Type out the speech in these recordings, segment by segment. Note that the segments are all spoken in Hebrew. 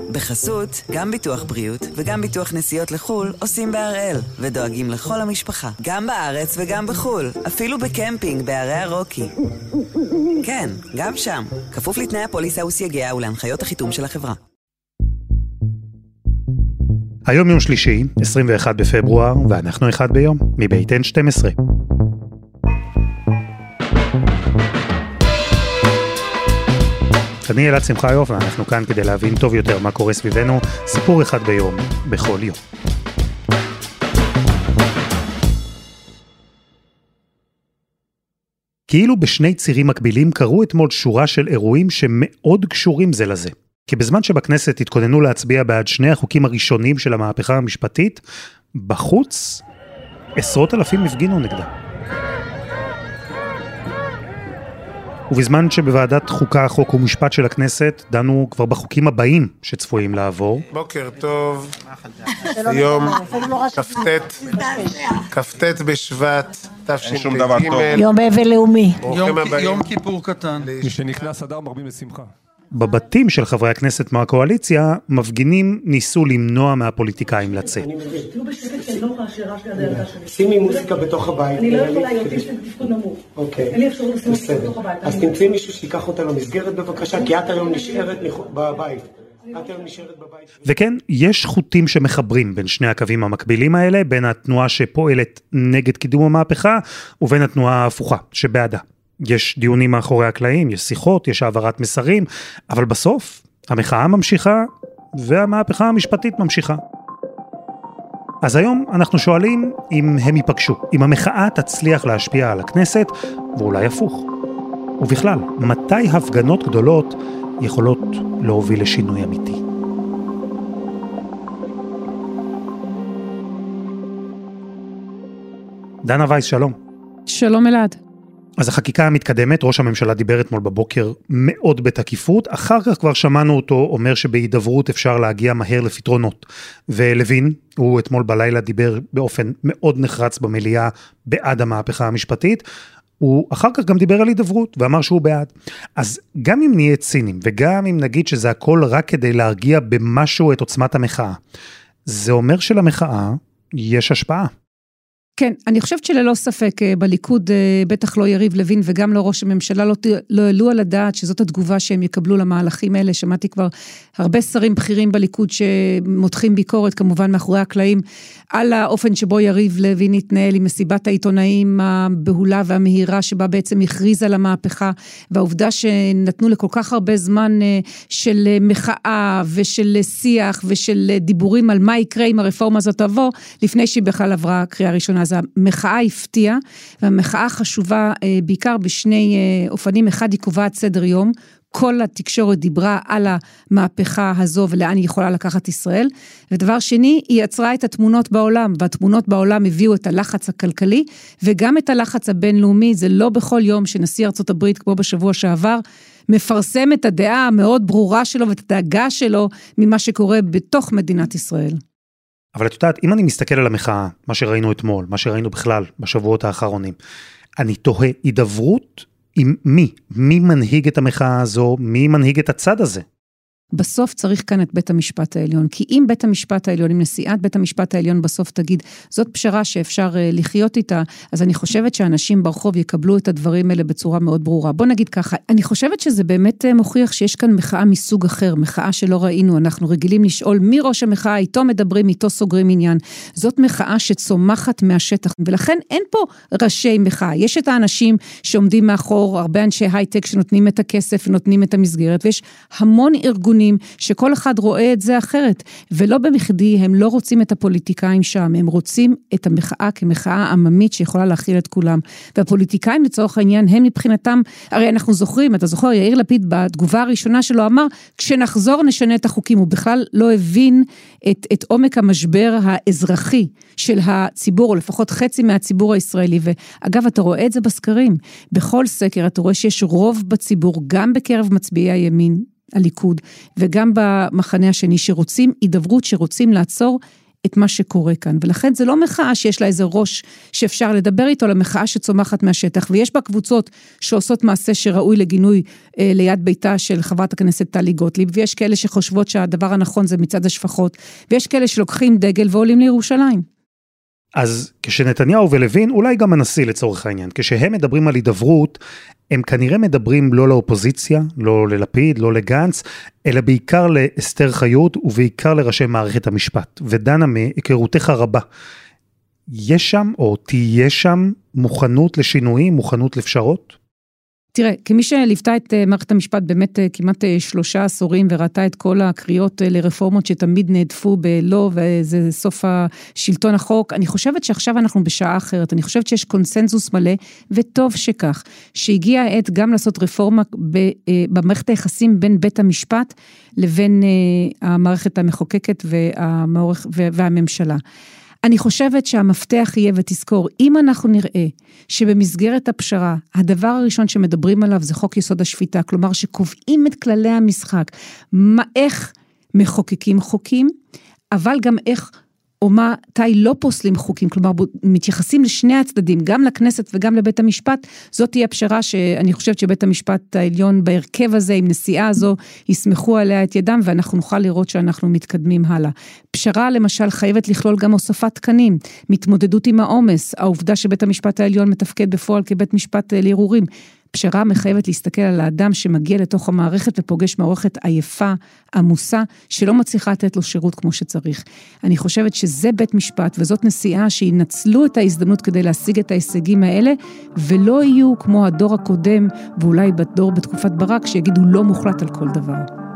בחסות, גם ביטוח בריאות וגם ביטוח נסיעות לחול עושים בהראל, ודואגים לכל המשפחה, גם בארץ וגם בחול, אפילו בקמפינג בערי הרוקי. כן, גם שם, כפוף לתנאי הפוליסה וסייגיה ולהנחיות החיתום של החברה. היום יום שלישי, 21 בפברואר, ואנחנו אחד ביום, מבית N12. אני אלעד שמחיוף, ואנחנו כאן כדי להבין טוב יותר מה קורה סביבנו, סיפור אחד ביום, בכל יום. כאילו בשני צירים מקבילים קרו אתמול שורה של אירועים שמאוד קשורים זה לזה. כי בזמן שבכנסת התכוננו להצביע בעד שני החוקים הראשונים של המהפכה המשפטית, בחוץ עשרות אלפים הפגינו נגדה. ובזמן שבוועדת חוקה, חוק ומשפט של הכנסת, דנו כבר בחוקים הבאים שצפויים לעבור. בוקר טוב, יום כ"ט בשבט, תשפ"ג. יום אבל לאומי. יום כיפור קטן. מי שנכנס אדר מרבים לשמחה. בבתים של חברי הכנסת מהקואליציה, מפגינים ניסו למנוע מהפוליטיקאים לצאת. שימי מוזיקה בתוך הבית. אני לא יכולה, יש לי תפקוד נמוך. אוקיי. אין לי אפשרות לשים מוזיקה בתוך הבית. אז תמצאי מישהו שיקח אותה למסגרת בבקשה, כי את היום נשארת בבית. וכן, יש חוטים שמחברים בין שני הקווים המקבילים האלה, בין התנועה שפועלת נגד קידום המהפכה, ובין התנועה ההפוכה שבעדה. יש דיונים מאחורי הקלעים, יש שיחות, יש העברת מסרים, אבל בסוף המחאה ממשיכה והמהפכה המשפטית ממשיכה. אז היום אנחנו שואלים אם הם ייפגשו, אם המחאה תצליח להשפיע על הכנסת, ואולי הפוך. ובכלל, מתי הפגנות גדולות יכולות להוביל לשינוי אמיתי? דנה וייס, שלום. שלום אלעד. אז החקיקה המתקדמת, ראש הממשלה דיבר אתמול בבוקר מאוד בתקיפות, אחר כך כבר שמענו אותו אומר שבהידברות אפשר להגיע מהר לפתרונות. ולוין, הוא אתמול בלילה דיבר באופן מאוד נחרץ במליאה בעד המהפכה המשפטית, הוא אחר כך גם דיבר על הידברות ואמר שהוא בעד. אז גם אם נהיה צינים וגם אם נגיד שזה הכל רק כדי להרגיע במשהו את עוצמת המחאה, זה אומר שלמחאה יש השפעה. כן, אני חושבת שללא ספק בליכוד בטח לא יריב לוין וגם לא ראש הממשלה לא העלו על הדעת שזאת התגובה שהם יקבלו למהלכים האלה. שמעתי כבר הרבה שרים בכירים בליכוד שמותחים ביקורת כמובן מאחורי הקלעים על האופן שבו יריב לוין התנהל עם מסיבת העיתונאים הבהולה והמהירה שבה בעצם הכריז על המהפכה, והעובדה שנתנו לכל כך הרבה זמן של מחאה ושל שיח ושל דיבורים על מה יקרה אם הרפורמה הזאת תבוא לפני שהיא בכלל עברה קריאה ראשונה. אז המחאה הפתיעה, והמחאה חשובה בעיקר בשני אופנים. אחד, היא קובעת סדר יום, כל התקשורת דיברה על המהפכה הזו ולאן היא יכולה לקחת ישראל, ודבר שני, היא יצרה את התמונות בעולם, והתמונות בעולם הביאו את הלחץ הכלכלי, וגם את הלחץ הבינלאומי. זה לא בכל יום שנשיא ארצות הברית, כמו בשבוע שעבר, מפרסם את הדעה המאוד ברורה שלו ואת הדאגה שלו ממה שקורה בתוך מדינת ישראל. אבל את יודעת, אם אני מסתכל על המחאה, מה שראינו אתמול, מה שראינו בכלל בשבועות האחרונים, אני תוהה, הידברות עם מי? מי מנהיג את המחאה הזו? מי מנהיג את הצד הזה? בסוף צריך כאן את בית המשפט העליון, כי אם בית המשפט העליון, אם נשיאת בית המשפט העליון בסוף תגיד, זאת פשרה שאפשר לחיות איתה, אז אני חושבת שאנשים ברחוב יקבלו את הדברים האלה בצורה מאוד ברורה. בוא נגיד ככה, אני חושבת שזה באמת מוכיח שיש כאן מחאה מסוג אחר, מחאה שלא ראינו, אנחנו רגילים לשאול מי ראש המחאה, איתו מדברים, איתו סוגרים עניין. זאת מחאה שצומחת מהשטח, ולכן אין פה ראשי מחאה. יש את האנשים שעומדים מאחור, הרבה אנשי הייטק שנותנים את הכסף ונותנים את המסגרת, ויש המון ארגונים שכל אחד רואה את זה אחרת, ולא במחדי הם לא רוצים את הפוליטיקאים שם, הם רוצים את המחאה כמחאה עממית שיכולה להכיל את כולם, והפוליטיקאים לצורך העניין הם מבחינתם, הרי אנחנו זוכרים, אתה זוכר, יאיר לפיד בתגובה הראשונה שלו אמר, כשנחזור נשנה את החוקים, הוא בכלל לא הבין את עומק המשבר האזרחי של הציבור, או לפחות חצי מהציבור הישראלי, ואגב אתה רואה את זה בסקרים, בכל סקר אתה רואה שיש רוב בציבור, גם בקרב מצביעי הימין, הליכוד, וגם במחנה השני שרוצים הידברות, שרוצים לעצור את מה שקורה כאן, ולכן זה לא מחאה שיש לה איזה ראש שאפשר לדבר איתו, אלא מחאה שצומחת מהשטח, ויש בה קבוצות שעושות מעשה שראוי לגינוי ליד ביתה של חברת הכנסת טלי גוטליב, ויש כאלה שחושבות שהדבר הנכון זה מצד השפחות, ויש כאלה שלוקחים דגל ועולים לירושלים. אז כשנתניהו ולוין, אולי גם הנשיא לצורך העניין, כשהם מדברים על הידברות, הם כנראה מדברים לא לאופוזיציה, לא ללפיד, לא לגנץ, אלא בעיקר לאסתר חיות ובעיקר לראשי מערכת המשפט. ודנה, מהיכרותך הרבה, יש שם או תהיה שם מוכנות לשינויים, מוכנות לפשרות? תראה, כמי שליוותה את מערכת המשפט באמת כמעט 3 עשורים וראתה את כל הקריאות לרפורמות שתמיד נעדפו בלא וזה סוף השלטון החוק, אני חושבת שעכשיו אנחנו בשעה אחרת, אני חושבת שיש קונסנזוס מלא וטוב שכך, שהגיע העת גם לעשות רפורמה במערכת היחסים בין בית המשפט לבין המערכת המחוקקת והממשלה. אני חושבת שהמפתח יהיה ותזכור, אם אנחנו נראה שבמסגרת הפשרה, הדבר הראשון שמדברים עליו זה חוק יסוד השפיטה, כלומר שקובעים את כללי המשחק, איך מחוקקים חוקים, אבל גם איך או מתי לא פוסלים חוקים, כלומר מתייחסים לשני הצדדים, גם לכנסת וגם לבית המשפט, זאת תהיה פשרה שאני חושבת שבית המשפט העליון בהרכב הזה, עם נשיאה הזו, יסמכו עליה את ידם, ואנחנו נוכל לראות שאנחנו מתקדמים הלאה. פשרה למשל חייבת לכלול גם הוספת תקנים, מתמודדות עם העומס, העובדה שבית המשפט העליון מתפקד בפועל כבית משפט לערעורים, פשרה מחייבת להסתכל על האדם שמגיע לתוך המערכת ופוגש מערכת עייפה, עמוסה, שלא מצליחה לתת לו שירות כמו שצריך. אני חושבת שזה בית משפט וזאת נשיאה שינצלו את ההזדמנות כדי להשיג את ההישגים האלה, ולא יהיו כמו הדור הקודם, ואולי בדור בתקופת ברק, שיגידו לא מוחלט על כל דבר.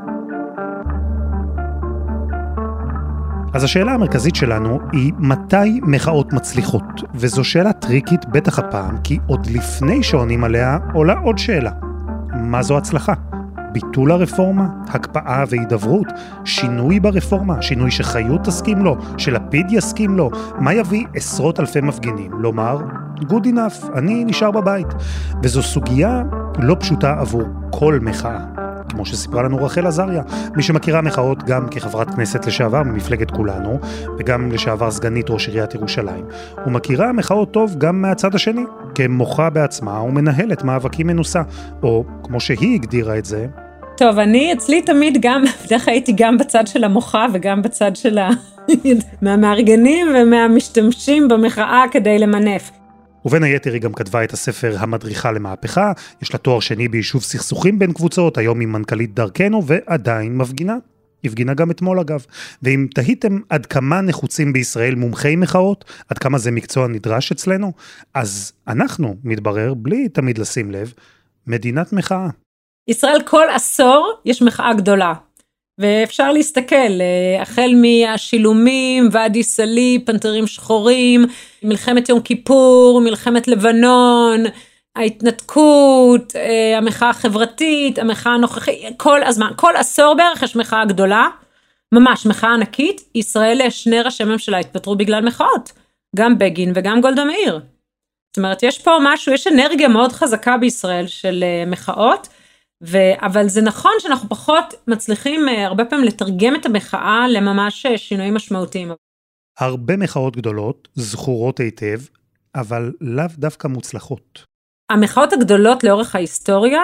אז השאלה המרכזית שלנו היא מתי מחאות מצליחות, וזו שאלה טריקית בטח הפעם, כי עוד לפני שעונים עליה עולה עוד שאלה. מה זו הצלחה? ביטול הרפורמה, הקפאה והידברות, שינוי ברפורמה, שינוי שחיות תסכים לו, שלפיד יסכים לו, מה יביא עשרות אלפי מפגינים? לומר, good enough, אני נשאר בבית. וזו סוגיה לא פשוטה עבור כל מחאה. כמו שסיפרה לנו רחל עזריה, מי שמכירה מחאות גם כחברת כנסת לשעבר ממפלגת כולנו, וגם לשעבר סגנית ראש עיריית ירושלים, ומכירה מחאות טוב גם מהצד השני, כמוחה בעצמה ומנהלת מאבקים מנוסה, או כמו שהיא הגדירה את זה. טוב, אני אצלי תמיד גם, בדרך הייתי גם בצד של המוחה וגם בצד של מהמארגנים ומהמשתמשים במחאה כדי למנף. ובין היתר היא גם כתבה את הספר המדריכה למהפכה, יש לה תואר שני ביישוב סכסוכים בין קבוצות, היום היא מנכ"לית דרכנו ועדיין מפגינה. הפגינה גם אתמול אגב. ואם תהיתם עד כמה נחוצים בישראל מומחי מחאות, עד כמה זה מקצוע נדרש אצלנו, אז אנחנו, מתברר, בלי תמיד לשים לב, מדינת מחאה. ישראל כל עשור יש מחאה גדולה. ואפשר להסתכל, החל מהשילומים, ואדי סאלי, פנתרים שחורים, מלחמת יום כיפור, מלחמת לבנון, ההתנתקות, המחאה החברתית, המחאה הנוכחית, כל הזמן, כל עשור בערך יש מחאה גדולה, ממש מחאה ענקית, ישראל 2 ראשי ממשלה התפטרו בגלל מחאות, גם בגין וגם גולדה מאיר. זאת אומרת, יש פה משהו, יש אנרגיה מאוד חזקה בישראל של מחאות, אבל זה נכון שאנחנו פחות מצליחים הרבה פעמים לתרגם את המחאה לממש שינויים משמעותיים. הרבה מחאות גדולות, זכורות היטב, אבל לאו דווקא מוצלחות. המחאות הגדולות לאורך ההיסטוריה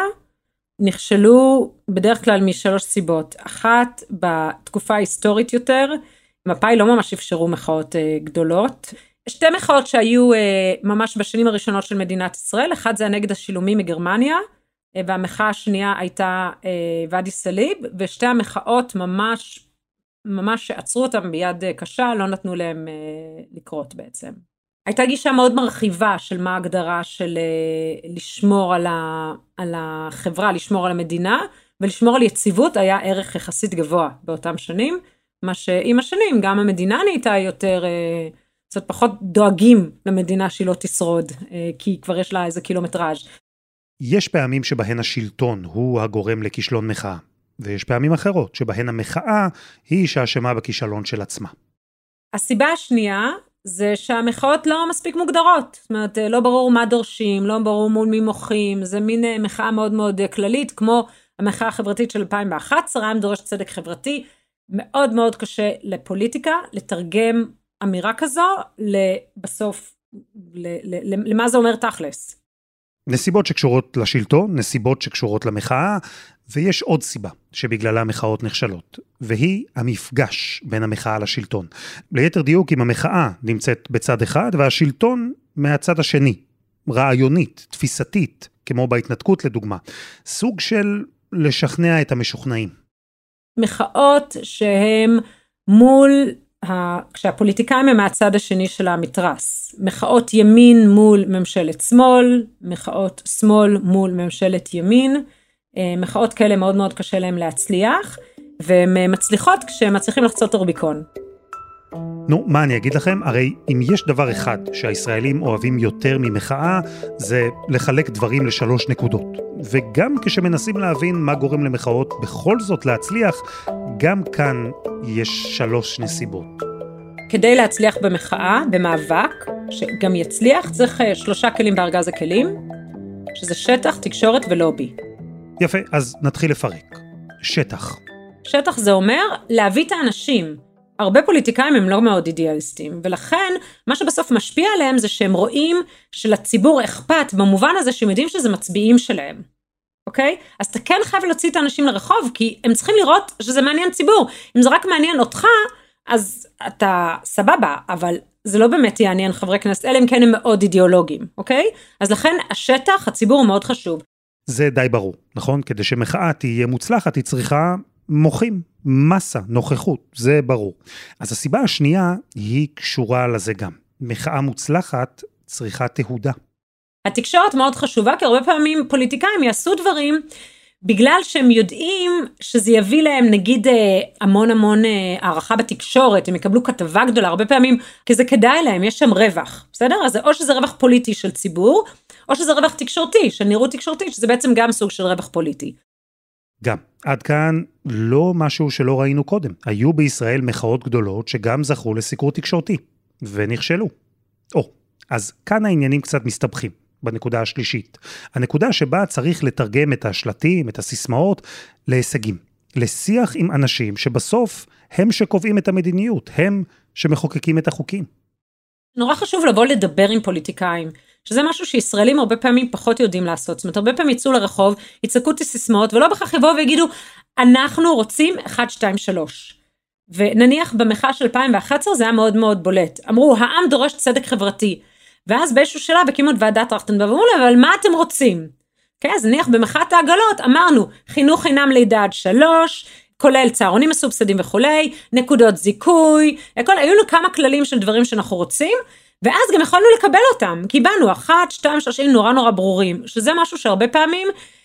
נכשלו בדרך כלל מ3 סיבות. אחת, בתקופה ההיסטורית יותר, מפא"י לא ממש אפשרו מחאות גדולות. 2 מחאות שהיו ממש בשנים הראשונות של מדינת ישראל, אחד זה נגד השילומים מגרמניה, והמחאה השנייה הייתה ואדי סאלי, ושתי המחאות ממש עצרו אותם ביד קשה, לא נתנו להם לקרות בעצם. הייתה גישה מאוד מרחיבה של מה ההגדרה של לשמור על החברה, לשמור על המדינה, ולשמור על יציבות היה ערך יחסית גבוה באותם שנים, מה שעם השנים גם המדינה נהייתה יותר, קצת פחות דואגים למדינה שהיא לא תשרוד, כי כבר יש לה איזה קילומטראז'. יש פעמים שבהן השלטון הוא הגורם לכישלון מחאה, ויש פעמים אחרות שבהן המחאה היא שאשמה בכישלון של עצמה. הסיבה השנייה זה שהמחאות לא מספיק מוגדרות, זאת אומרת, לא ברור מה דורשים, לא ברור מול מי מוחים, זה מין מחאה מאוד מאוד כללית, כמו המחאה החברתית של 2011, העם דורש צדק חברתי, מאוד מאוד קשה לפוליטיקה לתרגם אמירה כזו בסוף למה זה אומר תכלס. נסיבות שקשורות לשלטון, נסיבות שקשורות למחאה, ויש עוד סיבה שבגללה המחאות נכשלות, והיא המפגש בין המחאה לשלטון. ליתר דיוק, אם המחאה נמצאת בצד אחד, והשלטון מהצד השני, רעיונית, תפיסתית, כמו בהתנתקות לדוגמה, סוג של לשכנע את המשוכנעים. מחאות שהם מול, כשהפוליטיקאים הם מהצד השני של המתרס. מחאות ימין מול ממשלת שמאל, מחאות שמאל מול ממשלת ימין, מחאות כאלה מאוד מאוד קשה להם להצליח, והן מצליחות כשהם מצליחים לחצות אורביקון. נו, מה אני אגיד לכם? הרי אם יש דבר אחד שהישראלים אוהבים יותר ממחאה, זה לחלק דברים לשלוש נקודות. וגם כשמנסים להבין מה גורם למחאות בכל זאת להצליח, גם כאן יש 3 נסיבות. כדי להצליח במחאה, במאבק, שגם יצליח, צריך 3 כלים בארגז הכלים, שזה שטח, תקשורת ולובי. יפה, אז נתחיל לפרק. שטח. שטח זה אומר להביא את האנשים. הרבה פוליטיקאים הם לא מאוד אידיאליסטים, ולכן מה שבסוף משפיע עליהם זה שהם רואים שלציבור אכפת, במובן הזה שהם יודעים שזה מצביעים שלהם. אוקיי? אז אתה כן חייב להוציא את האנשים לרחוב, כי הם צריכים לראות שזה מעניין ציבור. אם זה רק מעניין אותך, אז אתה סבבה, אבל זה לא באמת יעניין חברי כנסת, אלה הם כן הם מאוד אידיאולוגיים, אוקיי? אז לכן השטח, הציבור הוא מאוד חשוב. זה די ברור, נכון? כדי שמחאה תהיה מוצלחת, היא צריכה מוחים, מסה, נוכחות, זה ברור. אז הסיבה השנייה היא קשורה לזה גם. מחאה מוצלחת צריכה תהודה. התקשורת מאוד חשובה, כי הרבה פעמים פוליטיקאים יעשו דברים, בגלל שהם יודעים שזה יביא להם נגיד המון הערכה בתקשורת, הם יקבלו כתבה גדולה, הרבה פעמים, כי זה כדאי להם, יש שם רווח, בסדר? אז או שזה רווח פוליטי של ציבור, או שזה רווח תקשורתי, של נראות תקשורתית, שזה בעצם גם סוג של רווח פוליטי. גם, עד כאן לא משהו שלא ראינו קודם. היו בישראל מחאות גדולות שגם זכו לסיקור תקשורתי, ונכשלו. אז כאן העניינים קצת מסתבכים, בנקודה השלישית. הנקודה שבה צריך לתרגם את השלטים, את הסיסמאות, להישגים. לשיח עם אנשים שבסוף הם שקובעים את המדיניות, הם שמחוקקים את החוקים. נורא חשוב לבוא לדבר עם פוליטיקאים, שזה משהו שישראלים הרבה פעמים פחות יודעים לעשות. זאת אומרת, הרבה פעמים יצאו לרחוב, יצעקו את הסיסמאות, ולא בכך יבואו ויגידו, אנחנו רוצים 1, 2, 3. ונניח במחאה של 2011 זה היה מאוד מאוד בולט. אמרו, העם דורש צדק חברתי. ואז באיזשהו שלב הקימו את ועדת טרכטנברג, ואמרו לה, אבל מה אתם רוצים? Okay, אז נניח במחאת העגלות אמרנו, חינוך חינם לידה עד 3, כולל צהרונים מסובסדים וכולי, נקודות זיכוי, היו לנו כמה כללים של דברים שאנחנו רוצים, ואז גם יכולנו לקבל אותם, כי באנו 1, 2, 3 נורא ברורים, שזה משהו שהרבה פעמים,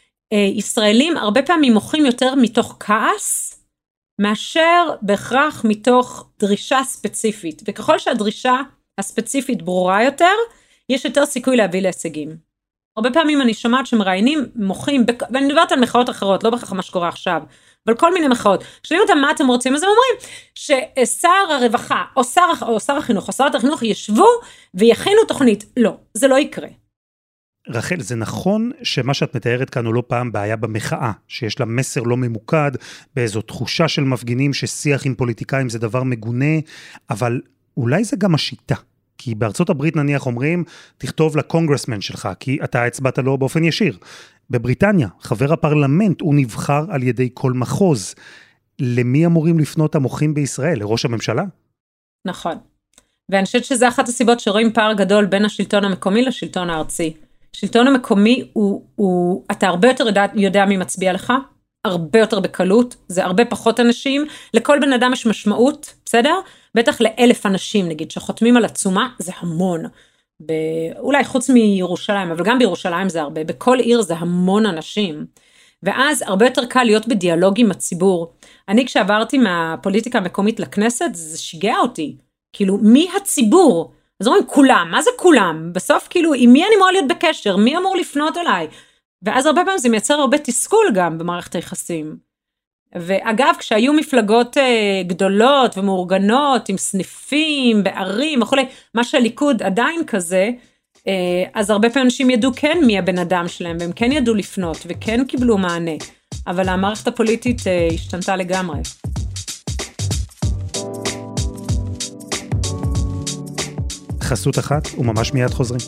ישראלים הרבה פעמים מוחים יותר מתוך כעס, מאשר בהכרח מתוך דרישה ספציפית, וככל שהדרישה הספציפית ברורה יותר, יש יותר סיכוי להביא להישגים. הרבה פעמים אני שומעת שמראיינים מוחים, ואני מדברת על מחאות אחרות, לא בכך מה שקורה עכשיו, אבל כל מיני מחאות. שואלים אותם מה אתם רוצים, אז הם אומרים ששר הרווחה, או שר החינוך, או שרת החינוך ישבו ויכינו תוכנית. לא, זה לא יקרה. רחל, זה נכון שמה שאת מתארת כאן הוא לא פעם בעיה במחאה, שיש לה מסר לא ממוקד, באיזו תחושה של מפגינים ששיח עם פוליטיקאים זה דבר מגונה, אבל אולי זה גם השיטה. כי בארצות הברית נניח אומרים, תכתוב לקונגרסמן שלך, כי אתה הצבעת לו באופן ישיר. בבריטניה, חבר הפרלמנט הוא נבחר על ידי כל מחוז. למי אמורים לפנות המוחים בישראל? לראש הממשלה? נכון. ואני חושבת שזה אחת הסיבות שרואים פער גדול בין השלטון המקומי לשלטון הארצי. השלטון המקומי אתה הרבה יותר יודע מי מצביע לך, הרבה יותר בקלות, זה הרבה פחות אנשים, לכל בן אדם יש משמעות, בסדר? בטח ל1,000 אנשים, נגיד, שחותמים על עצומה, זה המון. אולי חוץ מירושלים, אבל גם בירושלים זה הרבה, בכל עיר זה המון אנשים. ואז הרבה יותר קל להיות בדיאלוג עם הציבור. אני כשעברתי מהפוליטיקה המקומית לכנסת, זה שיגע אותי. כאילו, מי הציבור? אז אומרים, כולם, מה זה כולם? בסוף, כאילו, עם מי אני אמור להיות בקשר? מי אמור לפנות אליי? ואז הרבה פעמים זה מייצר הרבה תסכול גם במערכת היחסים. ואגב, כשהיו מפלגות גדולות ומאורגנות, עם סניפים, בערים וכו', מה שהליכוד עדיין כזה, אז הרבה פעמים אנשים ידעו כן מי הבן אדם שלהם, והם כן ידעו לפנות, וכן קיבלו מענה. אבל המערכת הפוליטית השתנתה לגמרי. חסות אחת וממש מיד חוזרים.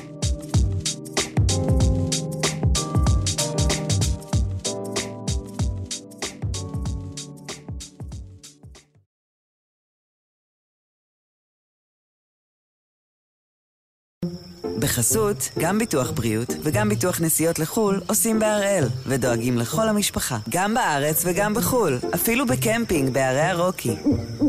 בחסות, גם ביטוח בריאות וגם ביטוח נסיעות לחול עושים בהראל, ודואגים לכל המשפחה, גם בארץ וגם בחול, אפילו בקמפינג בערי הרוקי.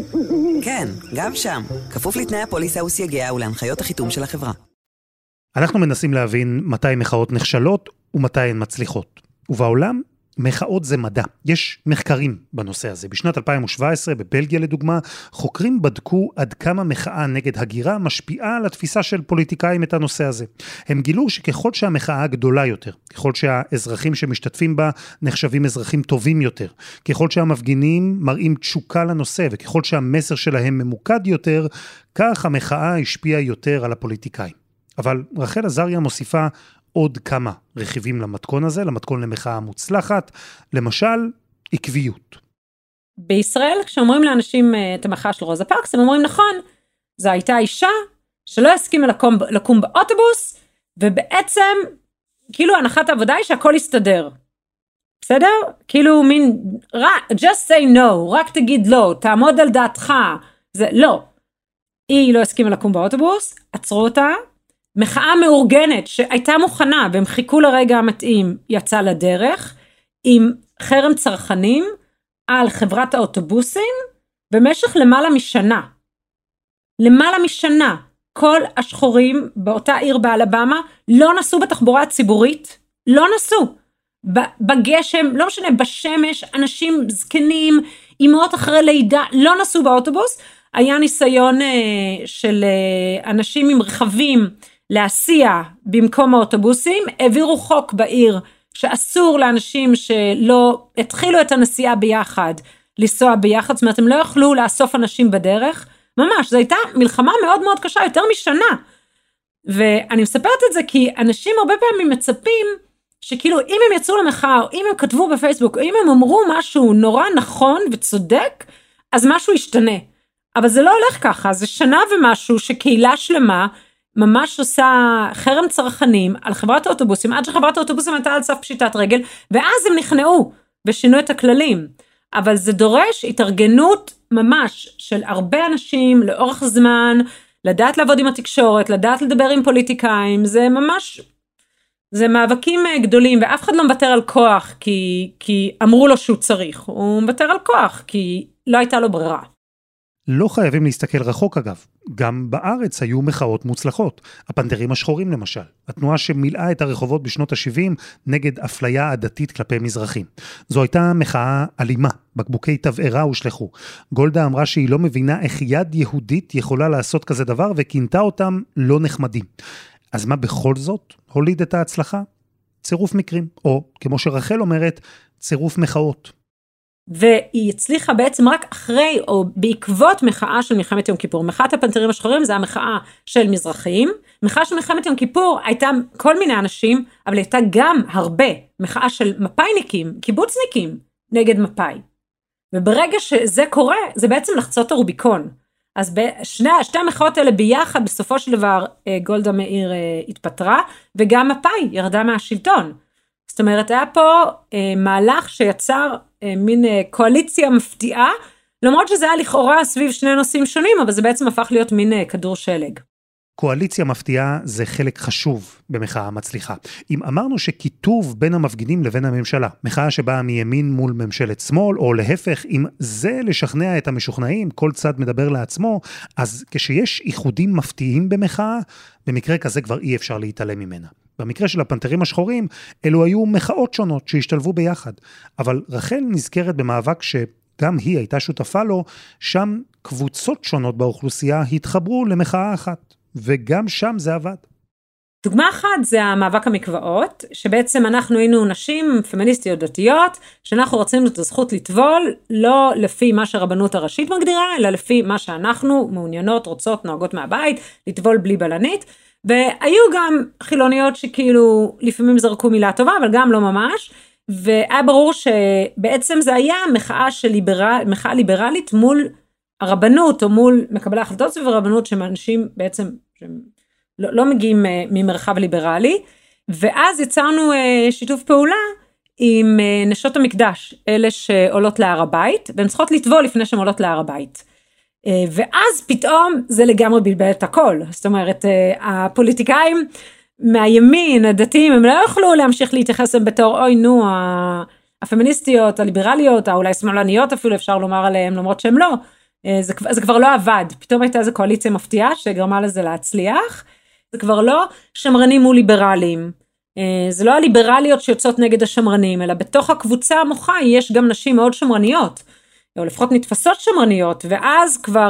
כן, גם שם, כפוף לתנאי הפוליסה וסייגיה ולהנחיות החיתום של החברה. אנחנו מנסים להבין מתי מחאות נכשלות ומתי הן מצליחות. ובעולם, מחאות זה מדע. יש מחקרים בנושא הזה. בשנת 2017, בבלגיה לדוגמה, חוקרים בדקו עד כמה מחאה נגד הגירה משפיעה על התפיסה של פוליטיקאים את הנושא הזה. הם גילו שככל שהמחאה גדולה יותר, ככל שהאזרחים שמשתתפים בה נחשבים אזרחים טובים יותר, ככל שהמפגינים מראים תשוקה לנושא, וככל שהמסר שלהם ממוקד יותר, כך המחאה השפיעה יותר על הפוליטיקאים. אבל רחל עזריה מוסיפה עוד כמה רכיבים למתכון הזה, למתכון למחאה מוצלחת, למשל, עקביות. בישראל, כשאומרים לאנשים את המחאה של רוזה פארקס, הם אומרים נכון, זו הייתה אישה שלא הסכימה לקום באוטובוס, ובעצם, כאילו הנחת העבודה היא שהכל יסתדר. בסדר? כאילו מין, just say no, רק תגיד לא, תעמוד על דעתך, זה לא. היא לא הסכימה לקום באוטובוס, עצרו אותה, מחאה מאורגנת שהייתה מוכנה והם חיכו לרגע המתאים, יצא לדרך עם חרם צרכנים על חברת האוטובוסים במשך למעלה משנה. למעלה משנה. כל השחורים באותה עיר באלבמה לא נסעו בתחבורה הציבורית, לא נסעו. בגשם, לא משנה, בשמש, אנשים זקנים, אמהות אחרי לידה, לא נסעו באוטובוס. היה ניסיון של אנשים עם רכבים להסיע במקום האוטובוסים, העבירו חוק בעיר שאסור לאנשים שלא התחילו את הנסיעה ביחד, לנסוע ביחד, זאת אומרת הם לא יכלו לאסוף אנשים בדרך, ממש, זו הייתה מלחמה מאוד מאוד קשה, יותר משנה, ואני מספרת את זה כי אנשים הרבה פעמים מצפים, שכאילו אם הם יצאו למחאה, או אם הם כתבו בפייסבוק, או אם הם אמרו משהו נורא נכון וצודק, אז משהו ישתנה, אבל זה לא הולך ככה, זה שנה ומשהו שקהילה שלמה, ממש עושה חרם צרכנים על חברת האוטובוסים, עד שחברת האוטובוסים הייתה על סף פשיטת רגל, ואז הם נכנעו ושינו את הכללים. אבל זה דורש התארגנות ממש של הרבה אנשים לאורך זמן, לדעת לעבוד עם התקשורת, לדעת לדבר עם פוליטיקאים, זה ממש, זה מאבקים גדולים, ואף אחד לא מוותר על כוח, כי אמרו לו שהוא צריך, הוא מוותר על כוח, כי לא הייתה לו ברירה. לא חייבים להסתכל רחוק אגב, גם בארץ היו מחאות מוצלחות, הפנתרים השחורים למשל, התנועה שמילאה את הרחובות בשנות ה-70 נגד אפליה עדתית כלפי מזרחים. זו הייתה מחאה אלימה, בקבוקי תבערה הושלחו. גולדה אמרה שהיא לא מבינה איך יד יהודית יכולה לעשות כזה דבר, וכינתה אותם לא נחמדים. אז מה בכל זאת הוליד את ההצלחה? צירוף מקרים, או כמו שרחל אומרת, צירוף מחאות. והיא הצליחה בעצם רק אחרי או בעקבות מחאה של מלחמת יום כיפור. מחאת הפנתרים השחורים זה המחאה של מזרחים. מחאה של מלחמת יום כיפור הייתה כל מיני אנשים, אבל הייתה גם הרבה מחאה של מפאיניקים, קיבוצניקים נגד מפאי. וברגע שזה קורה, זה בעצם לחצות הרוביקון. אז שתי המחאות האלה ביחד, בסופו של דבר גולדה מאיר התפטרה, וגם מפאי ירדה מהשלטון. זאת אומרת, היה פה מהלך שיצר מין קואליציה מפתיעה, למרות שזה היה לכאורה סביב שני נושאים שונים, אבל זה בעצם הפך להיות מין כדור שלג. קואליציה מפתיעה זה חלק חשוב במחאה מצליחה. אם אמרנו שכיתוב בין המפגינים לבין הממשלה, מחאה שבאה מימין מול ממשלת שמאל, או להפך, אם זה לשכנע את המשוכנעים, כל צד מדבר לעצמו, אז כשיש איחודים מפתיעים במחאה, במקרה כזה כבר אי אפשר להתעלם ממנה. במקרה של הפנתרים השחורים, אלו היו מחאות שונות שהשתלבו ביחד. אבל רחל נזכרת במאבק שגם היא הייתה שותפה לו, שם קבוצות שונות באוכלוסייה התחברו למחאה אחת. וגם שם זה עבד. דוגמה אחת זה המאבק המקוואות, שבעצם אנחנו היינו נשים פמיניסטיות דתיות, שאנחנו רצינו את הזכות לטבול, לא לפי מה שהרבנות הראשית מגדירה, אלא לפי מה שאנחנו מעוניינות, רוצות, נוהגות מהבית, לטבול בלי בלנית, והיו גם חילוניות שכאילו לפעמים זרקו מילה טובה, אבל גם לא ממש, והיה ברור שבעצם זה היה מחאה ליברלית מול הרבנות, או מול מקבלי ההחלטות סביב הרבנות, שאנשים בעצם שהם לא מגיעים ממרחב ליברלי, ואז יצרנו שיתוף פעולה עם נשות המקדש, אלה שעולות להר הבית, והן צריכות לטבול לפני שהן עולות להר הבית. ואז פתאום זה לגמרי בלבל את הכל, זאת אומרת, הפוליטיקאים מהימין, הדתיים, הם לא יוכלו להמשיך להתייחס להם בתור, אוי נו, הפמיניסטיות, הליברליות, אולי שמאלניות אפילו אפשר לומר עליהם, למרות שהם לא, זה כבר לא עבד, פתאום הייתה איזו קואליציה מפתיעה שגרמה לזה להצליח, זה כבר לא שמרנים מול ליברליים, זה לא הליברליות שיוצאות נגד השמרנים, אלא בתוך הקבוצה המוחה יש גם נשים מאוד שמרניות, או לפחות נתפסות שמרניות, ואז כבר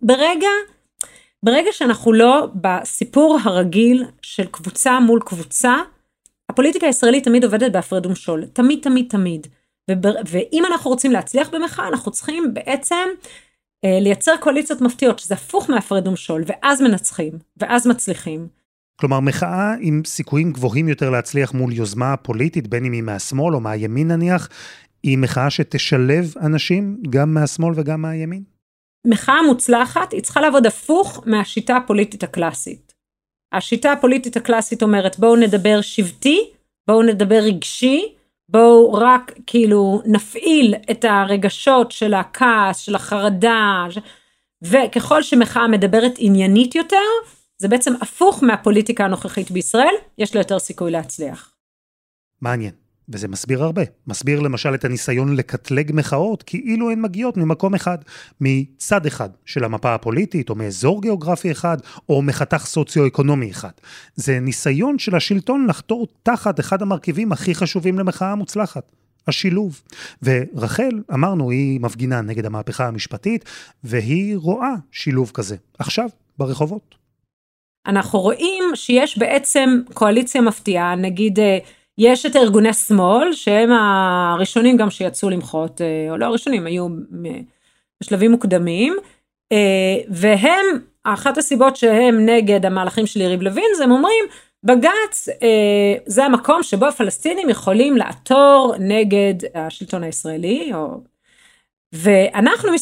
ברגע שאנחנו לא בסיפור הרגיל של קבוצה מול קבוצה, הפוליטיקה הישראלית תמיד עובדת בהפרד ומשול, תמיד. ואם אנחנו רוצים להצליח במחאה, אנחנו צריכים בעצם לייצר קואליציות מפתיעות, שזה הפוך מהפרד ומשול, ואז מנצחים, ואז מצליחים. כלומר, מחאה עם סיכויים גבוהים יותר להצליח מול יוזמה פוליטית, בין אם היא מהשמאל או מהימין נניח, היא מחאה שתשלב אנשים גם מהשמאל וגם מהימין? מחאה מוצלחת, היא צריכה לעבוד הפוך מהשיטה הפוליטית הקלאסית. השיטה הפוליטית הקלאסית אומרת, בואו נדבר שבטי, בואו נדבר רגשי, בואו רק כאילו נפעיל את הרגשות של הכעס, של החרדה, וככל שמחאה מדברת עניינית יותר, זה בעצם הפוך מהפוליטיקה הנוכחית בישראל, יש לה יותר סיכוי להצליח. מעניין. וזה מסביר הרבה. מסביר למשל את הניסיון לקטלג מחאות, כאילו הן מגיעות ממקום אחד, מצד אחד של המפה הפוליטית, או מאזור גיאוגרפי אחד, או מחתך סוציו-אקונומי אחד. זה ניסיון של השלטון לחתור תחת אחד המרכיבים הכי חשובים למחאה המוצלחת, השילוב. ורחל, אמרנו, היא מפגינה נגד המהפכה המשפטית, והיא רואה שילוב כזה. עכשיו, ברחובות. אנחנו רואים שיש בעצם קואליציה מפתיעה, נגיד יש את ארגוני שמאל, שהם הראשונים גם שיצאו למחות, או לא הראשונים, היו בשלבים מוקדמים, והם, אחת הסיבות שהם נגד המהלכים של יריב לוין, זה הם אומרים, בג"ץ זה המקום שבו הפלסטינים יכולים לעתור נגד השלטון הישראלי, ואנחנו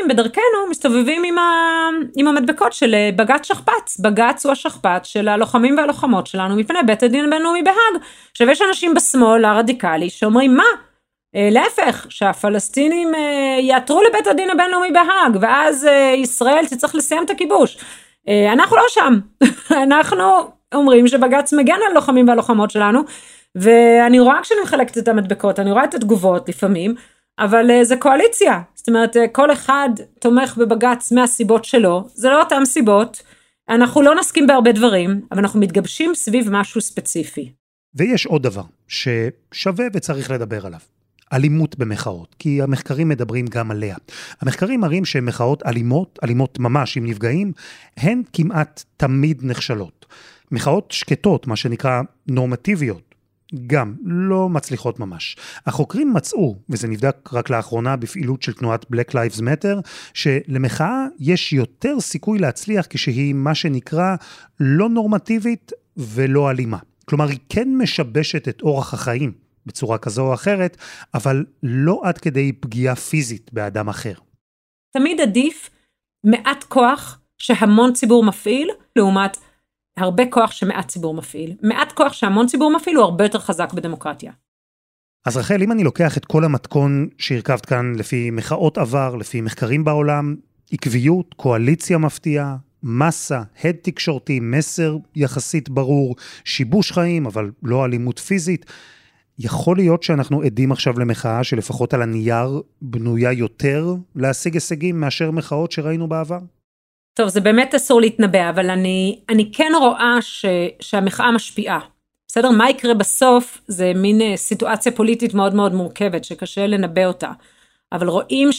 מסתובבים עם המדבקות של בג"ץ שכפ"ץ. בג"ץ הוא השכפ"ץ של הלוחמים והלוחמות שלנו מפני בית הדין הבינלאומי בהאג. עכשיו יש אנשים בשמאל הרדיקלי שאומרים מה? להפך, שהפלסטינים יעתרו לבית הדין הבינלאומי בהאג, ואז ישראל תצטרך לסיים את הכיבוש. אנחנו לא שם. אנחנו אומרים שבג"ץ מגן על לוחמים והלוחמות שלנו, ואני רואה כשאני מחלקת את המדבקות, אני רואה את התגובות לפעמים, אבל זה קואליציה, זאת אומרת, כל אחד תומך בבג"ץ מהסיבות שלו, זה לא אותם סיבות, אנחנו לא נסכים בהרבה דברים, אבל אנחנו מתגבשים סביב משהו ספציפי. ויש עוד דבר ששווה וצריך לדבר עליו, אלימות במחאות, כי המחקרים מדברים גם עליה. המחקרים מראים שמחאות אלימות ממש עם נפגעים, הן כמעט תמיד נכשלות. מחאות שקטות, מה שנקרא נורמטיביות, גם לא מצליחות ממש. החוקרים מצאו, וזה נבדק רק לאחרונה בפעילות של תנועת Black Lives Matter, שלמחאה יש יותר סיכוי להצליח כשהיא מה שנקרא לא נורמטיבית ולא אלימה. כלומר, היא כן משבשת את אורח החיים בצורה כזו או אחרת, אבל לא עד כדי פגיעה פיזית באדם אחר. תמיד עדיף מעט כוח שהמון ציבור מפעיל, לעומת הרבה כוח שמעט ציבור מפעיל. מעט כוח שהמון ציבור מפעיל הוא הרבה יותר חזק בדמוקרטיה. אז רחל, אם אני לוקח את כל המתכון שהרכבת כאן לפי מחאות עבר, לפי מחקרים בעולם, עקביות, קואליציה מפתיעה, מסה, הד תקשורתי, מסר יחסית ברור, שיבוש חיים, אבל לא אלימות פיזית, יכול להיות שאנחנו עדים עכשיו למחאה שלפחות על הנייר בנויה יותר להשיג הישגים מאשר מחאות שראינו בעבר? טוב, זה באמת אסור להתנבא, אבל אני כן רואה שהמחאה משפיעה. בסדר? מה יקרה בסוף? זה מין סיטואציה פוליטית מאוד מאוד מורכבת, שקשה לנבא אותה. אבל רואים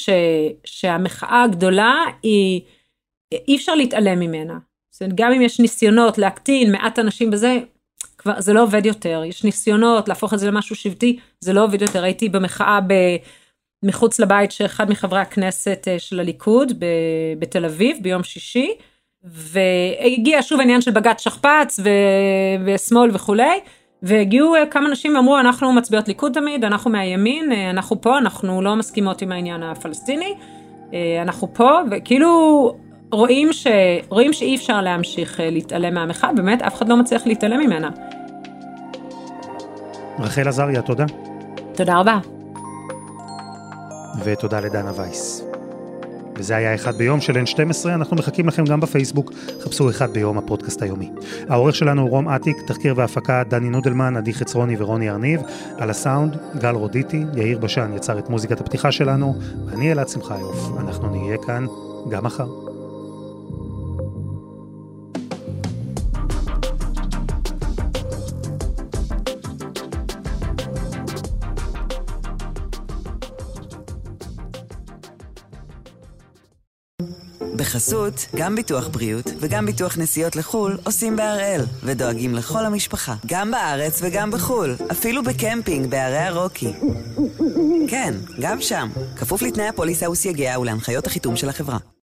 שהמחאה הגדולה אי אפשר להתעלם ממנה. גם אם יש ניסיונות להקטין מעט אנשים בזה, כבר זה לא עובד יותר. יש ניסיונות להפוך את זה למשהו שבטי, זה לא עובד יותר. הייתי במחאה מחוץ לבית שאחד מחברי הכנסת של הליכוד בתל אביב ביום שישי, והגיע שוב העניין של בג"ץ שכפ"ץ ושמאל וכולי, והגיעו כמה אנשים ואמרו, אנחנו מצביעות ליכוד תמיד, אנחנו מהימין, אנחנו פה, אנחנו לא מסכימות עם העניין הפלסטיני, אנחנו פה, וכאילו רואים שאי אפשר להמשיך להתעלם מהמחאה, באמת אף אחד לא מצליח להתעלם ממנה. רחל עזריה, תודה. תודה רבה. ותודה לדנה וייס. וזה היה אחד ביום של N12, אנחנו מחכים לכם גם בפייסבוק, חפשו אחד ביום הפודקאסט היומי. העורך שלנו הוא רום עתיק, תחקיר והפקה דני נודלמן, עדי חצרוני ורוני ארניב, על הסאונד גל רודיטי, יאיר בשן יצר את מוזיקת הפתיחה שלנו, ואני אלעד שמחיוף, אנחנו נהיה כאן גם מחר. בחסות, גם ביטוח בריאות וגם ביטוח נסיעות לחול עושים בהראל ודואגים לכל המשפחה, גם בארץ וגם בחול, אפילו בקמפינג בערי הרוקי. כן, גם שם, כפוף לתנאי הפוליסה וסייגיה ולהנחיות החיתום של החברה.